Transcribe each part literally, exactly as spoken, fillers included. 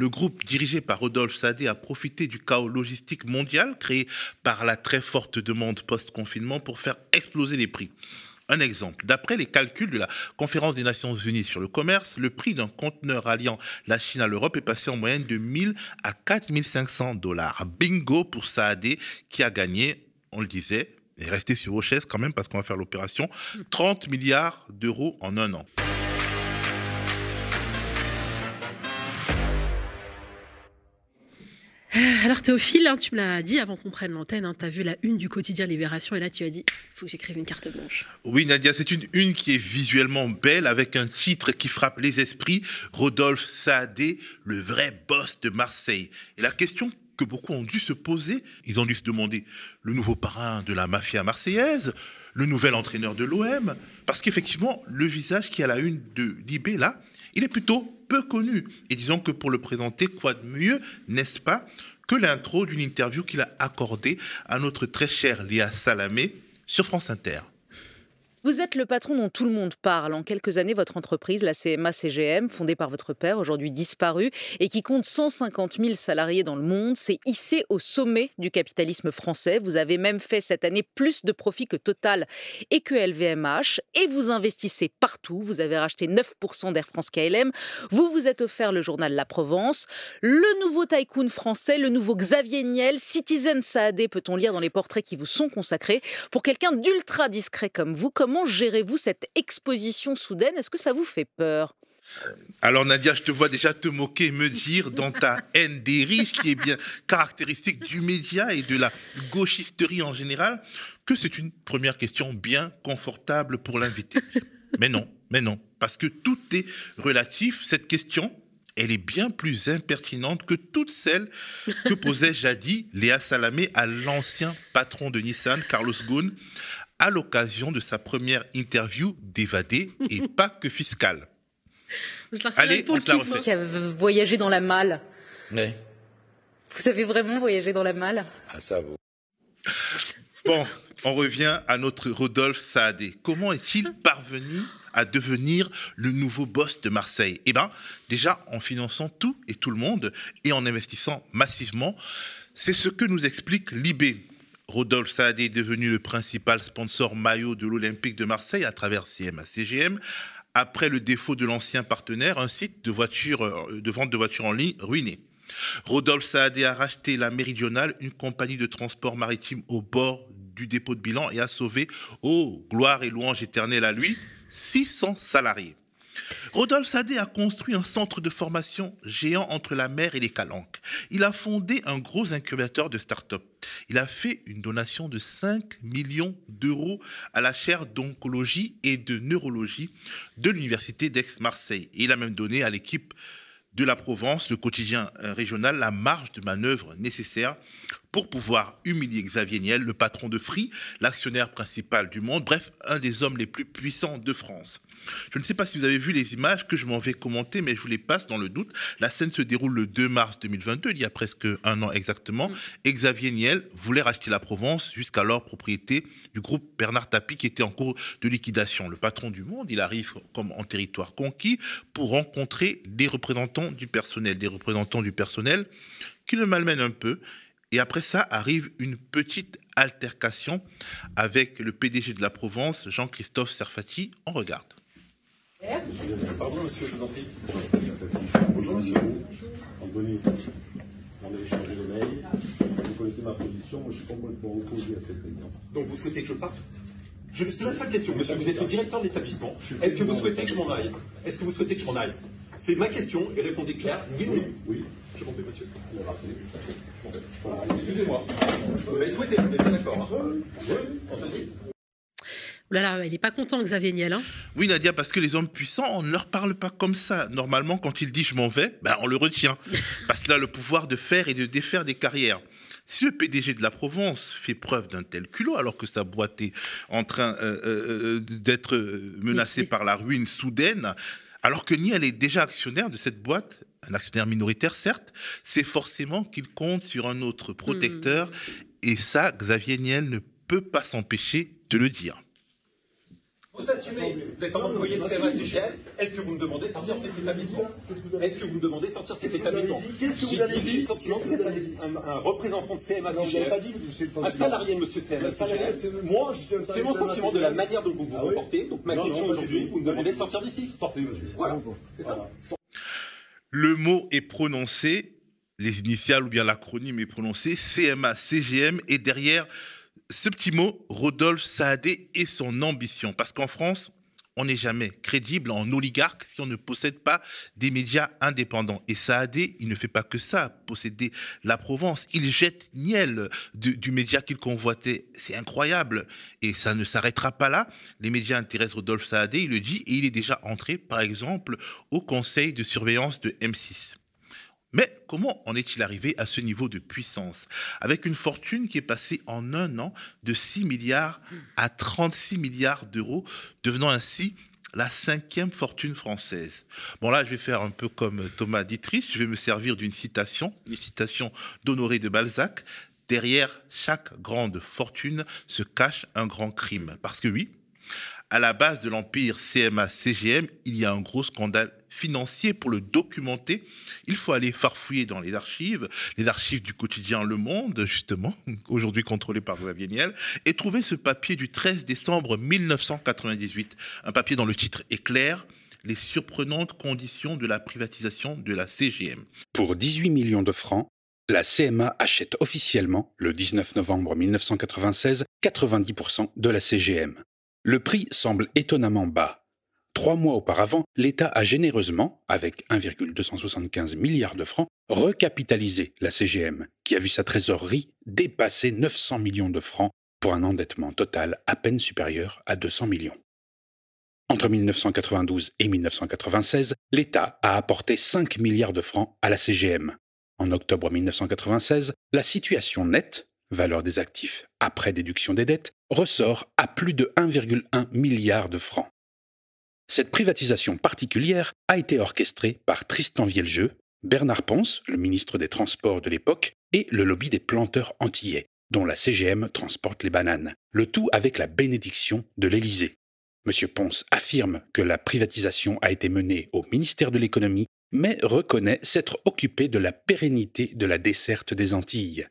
Le groupe dirigé par Rodolphe Saadé a profité du chaos logistique mondial créé par la très forte demande post-confinement pour faire exploser les prix. Un exemple, d'après les calculs de la Conférence des Nations Unies sur le commerce, le prix d'un conteneur alliant la Chine à l'Europe est passé en moyenne de mille à quatre mille cinq cents dollars. Bingo pour Saadé qui a gagné, on le disait, et resté sur vos chaises quand même parce qu'on va faire l'opération, trente milliards d'euros en un an. Alors Théophile, hein, tu me l'as dit avant qu'on prenne l'antenne, hein, tu as vu la une du quotidien Libération et là tu as dit, il faut que j'écrive une carte blanche. Oui Nadia, c'est une une qui est visuellement belle avec un titre qui frappe les esprits, Rodolphe Saadé, le vrai boss de Marseille. Et la question que beaucoup ont dû se poser, ils ont dû se demander, le nouveau parrain de la mafia marseillaise, le nouvel entraîneur de l'O M, parce qu'effectivement, le visage qui est à la une de Libé là, il est plutôt peu connu. Et disons que pour le présenter, quoi de mieux, n'est-ce pas, que l'intro d'une interview qu'il a accordée à notre très chère Léa Salamé sur France Inter. Vous êtes le patron dont tout le monde parle. En quelques années, votre entreprise, la C M A C G M, fondée par votre père, aujourd'hui disparu, et qui compte cent cinquante mille salariés dans le monde, s'est hissée au sommet du capitalisme français. Vous avez même fait cette année plus de profits que Total et que L V M H. Et vous investissez partout. Vous avez racheté neuf pour cent d'Air France K L M. Vous vous êtes offert le journal La Provence. Le nouveau tycoon français, le nouveau Xavier Niel, Citizen Saadé, peut-on lire dans les portraits qui vous sont consacrés. Pour quelqu'un d'ultra discret comme vous, comme Comment gérez-vous cette exposition soudaine? Est-ce que ça vous fait peur? Alors Nadia, je te vois déjà te moquer et me dire dans ta haine des riches, qui est bien caractéristique du média et de la gauchisterie en général, que c'est une première question bien confortable pour l'invité. Mais non, mais non, parce que tout est relatif. Cette question, elle est bien plus impertinente que toutes celles que posait jadis Léa Salamé à l'ancien patron de Nissan, Carlos Ghosn, à l'occasion de sa première interview d'Évadé et pas que fiscale. Allez, on se la refait. Qui a voyagé dans la malle. Oui. Vous avez vraiment voyagé dans la malle? Ah, ça vaut. Bon, on revient à notre Rodolphe Saadé. Comment est-il parvenu à devenir le nouveau boss de Marseille? Eh bien, déjà en finançant tout et tout le monde et en investissant massivement. C'est ce que nous explique Libé. Rodolphe Saadé est devenu le principal sponsor maillot de l'Olympique de Marseille à travers C M A C G M. Après le défaut de l'ancien partenaire, un site de, voitures, de vente de voitures en ligne ruiné. Rodolphe Saadé a racheté la Méridionale, une compagnie de transport maritime au bord du dépôt de bilan et a sauvé, oh, gloire et louange éternelle à lui, six cents salariés. Rodolphe Saadé a construit un centre de formation géant entre la mer et les Calanques. Il a fondé un gros incubateur de start-up. Il a fait une donation de cinq millions d'euros à la chaire d'oncologie et de neurologie de l'université d'Aix-Marseille. Et il a même donné à l'équipe de la Provence, le quotidien régional, la marge de manœuvre nécessaire pour pouvoir humilier Xavier Niel, le patron de Free, l'actionnaire principal du monde, bref, un des hommes les plus puissants de France. Je ne sais pas si vous avez vu les images que je m'en vais commenter, mais je vous les passe dans le doute. La scène se déroule le deux mars deux mille vingt-deux, il y a presque un an exactement. Mmh. Et Xavier Niel voulait racheter la Provence, jusqu'alors propriété du groupe Bernard Tapie, qui était en cours de liquidation. Le patron du monde, il arrive comme en territoire conquis pour rencontrer des représentants du personnel, des représentants du personnel qui le malmènent un peu. Et après ça, arrive une petite altercation avec le P D G de la Provence, Jean-Christophe Serfati. On regarde. Pardon, monsieur, je vous en prie. Bonjour, monsieur. Anthony, on a échangé le mail. Vous connaissez ma position. Moi, je suis complètement opposé à cette réunion. Donc, vous souhaitez que je parte? Je, C'est la seule question, monsieur. Vous êtes le directeur de l'établissement. Est-ce que vous souhaitez que je m'en aille? Est-ce que vous souhaitez que je m'en aille? C'est ma question et répondez clair. Oui ou non? Oui. Je m'en vais, monsieur. Voilà, excusez-moi. Vous avez souhaité, vous êtes bien d'accord, hein? Oui, Anthony. Oh là là, il n'est pas content, Xavier Niel. Hein. Oui, Nadia, parce que les hommes puissants, on ne leur parle pas comme ça. Normalement, quand il dit « je m'en vais ben, », on le retient. Parce qu'il a le pouvoir de faire et de défaire des carrières. Si le P D G de la Provence fait preuve d'un tel culot, alors que sa boîte est en train euh, euh, d'être menacée oui. par la ruine soudaine, alors que Niel est déjà actionnaire de cette boîte, un actionnaire minoritaire certes, c'est forcément qu'il compte sur un autre protecteur. Mmh. Et ça, Xavier Niel ne peut pas s'empêcher de le dire. Vous assumez, vous êtes un employé de C M A C G M, est-ce que vous me demandez de sortir de cet établissement? Est-ce que vous me demandez de sortir de cet établissement? Qu'est-ce que vous avez dit? J'ai le sentiment que vous êtes un, un représentant de C M A C G M, un salarié de monsieur C M A C G M. Moi, je suis un salarié. C'est mon sentiment de la manière dont vous vous comportez. Donc ma question aujourd'hui, vous me demandez de sortir d'ici. Sortez, monsieur. Voilà. C'est ça. Le mot est prononcé, les initiales ou bien l'acronyme est prononcé, C M A C G M, et derrière ce petit mot, Rodolphe Saadé et son ambition. Parce qu'en France, on n'est jamais crédible en oligarque si on ne possède pas des médias indépendants. Et Saadé, il ne fait pas que ça, posséder la Provence. Il jette Niel du, du média qu'il convoitait. C'est incroyable. Et ça ne s'arrêtera pas là. Les médias intéressent Rodolphe Saadé, il le dit, et il est déjà entré, par exemple, au conseil de surveillance de M six. Mais comment en est-il arrivé à ce niveau de puissance, avec une fortune qui est passée en un an de six milliards à trente-six milliards d'euros, devenant ainsi la cinquième fortune française? Bon là, je vais faire un peu comme Thomas Dietrich, je vais me servir d'une citation, une citation d'Honoré de Balzac. Derrière chaque grande fortune se cache un grand crime. Parce que oui, à la base de l'empire C M A C G M, il y a un gros scandale financier. Pour le documenter, il faut aller farfouiller dans les archives, les archives du quotidien Le Monde, justement, aujourd'hui contrôlé par Xavier Niel, et trouver ce papier du treize décembre mille neuf cent quatre-vingt-dix-huit. Un papier dont le titre est clair, les surprenantes conditions de la privatisation de la C G M. Pour dix-huit millions de francs, la C M A achète officiellement, le dix-neuf novembre mille neuf cent quatre-vingt-seize, quatre-vingt-dix pour cent de la C G M. Le prix semble étonnamment bas. Trois mois auparavant, l'État a généreusement, avec un virgule deux cent soixante-quinze milliards de francs, recapitalisé la C G M, qui a vu sa trésorerie dépasser neuf cents millions de francs pour un endettement total à peine supérieur à deux cents millions. Entre mille neuf cent quatre-vingt-douze et mille neuf cent quatre-vingt-seize, l'État a apporté cinq milliards de francs à la C G M. En octobre mille neuf cent quatre-vingt-seize, la situation nette, valeur des actifs après déduction des dettes, ressort à plus de un virgule un milliard de francs. Cette privatisation particulière a été orchestrée par Tristan Vieljeux, Bernard Pons, le ministre des Transports de l'époque, et le lobby des planteurs antillais, dont la C G M transporte les bananes, le tout avec la bénédiction de l'Élysée. M. Pons affirme que la privatisation a été menée au ministère de l'Économie, mais reconnaît s'être occupé de la pérennité de la desserte des Antilles.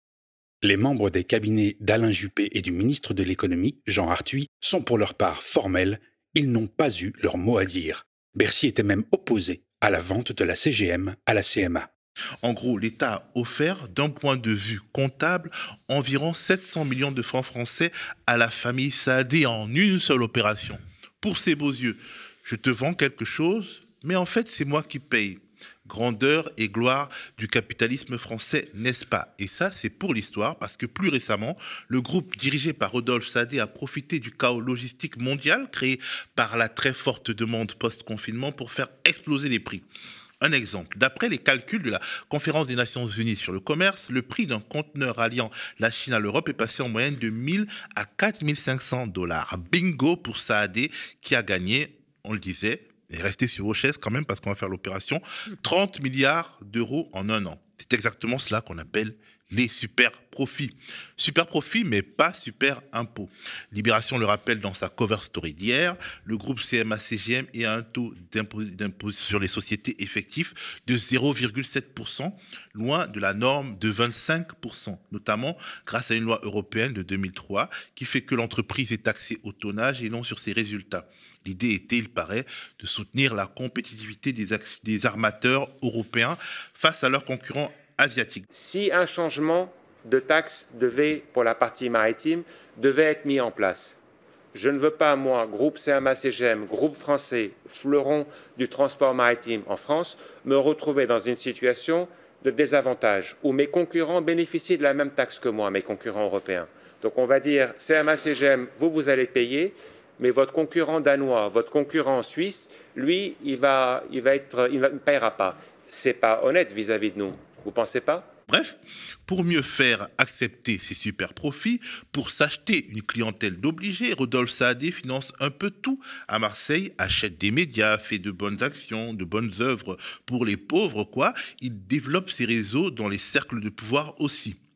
Les membres des cabinets d'Alain Juppé et du ministre de l'Économie, Jean Arthuis, sont pour leur part formels. Ils n'ont pas eu leur mot à dire. Bercy était même opposé à la vente de la C G M à la C M A. En gros, l'État a offert, d'un point de vue comptable, environ sept cents millions de francs français à la famille Saadé en une seule opération. Pour ses beaux yeux, je te vends quelque chose, mais en fait, c'est moi qui paye. Grandeur et gloire du capitalisme français, n'est-ce pas? Et ça, c'est pour l'histoire, parce que plus récemment, le groupe dirigé par Rodolphe Saadé a profité du chaos logistique mondial créé par la très forte demande post-confinement pour faire exploser les prix. Un exemple, d'après les calculs de la Conférence des Nations Unies sur le commerce, le prix d'un conteneur alliant la Chine à l'Europe est passé en moyenne de mille à quatre mille cinq cents dollars. Bingo pour Saadé qui a gagné, on le disait, et restez sur vos chaises quand même parce qu'on va faire l'opération, trente milliards d'euros en un an. C'est exactement cela qu'on appelle les super profits. Super profits, mais pas super impôts. Libération le rappelle dans sa cover story d'hier, le groupe C M A C G M est à un taux d'impôt, d'impôt sur les sociétés effectifs de zéro virgule sept pour cent, loin de la norme de vingt-cinq pour cent, notamment grâce à une loi européenne de deux mille trois qui fait que l'entreprise est taxée au tonnage et non sur ses résultats. L'idée était, il paraît, de soutenir la compétitivité des, des armateurs européens face à leurs concurrents asiatiques. Si un changement de taxe devait, pour la partie maritime, devait être mis en place, je ne veux pas, moi, groupe C M A C G M, groupe français, fleuron du transport maritime en France, me retrouver dans une situation de désavantage où mes concurrents bénéficient de la même taxe que moi, mes concurrents européens. Donc on va dire, C M A C G M, vous, vous allez payer, mais votre concurrent danois, votre concurrent suisse, lui, il va, il va être, il ne paiera pas. C'est pas honnête vis-à-vis de nous. Vous pensez pas? Bref, pour mieux faire accepter ces super profits, pour s'acheter une clientèle d'obligés, Rodolphe Saadé finance un peu tout à Marseille, achète des médias, fait de bonnes actions, de bonnes œuvres pour les pauvres, quoi. Il développe ses réseaux dans les cercles de pouvoir aussi.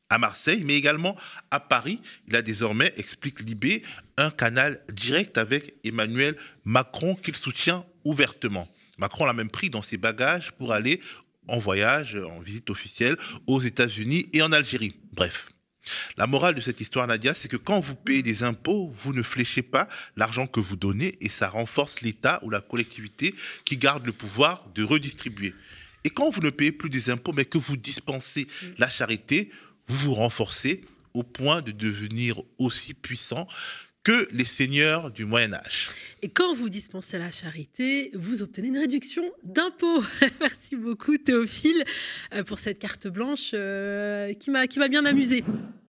à Marseille, mais également à Paris. Il a désormais, explique Libé, un canal direct avec Emmanuel Macron qu'il soutient ouvertement. Macron l'a même pris dans ses bagages pour aller en voyage, en visite officielle, aux États-Unis et en Algérie. Bref. La morale de cette histoire, Nadia, c'est que quand vous payez des impôts, vous ne fléchez pas l'argent que vous donnez et ça renforce l'État ou la collectivité qui garde le pouvoir de redistribuer. Et quand vous ne payez plus des impôts, mais que vous dispensez la charité, vous vous renforcez au point de devenir aussi puissant que les seigneurs du Moyen-Âge. Et quand vous dispensez la charité, vous obtenez une réduction d'impôts. Merci beaucoup Théophile pour cette carte blanche euh, qui m'a qui m'a bien amusée.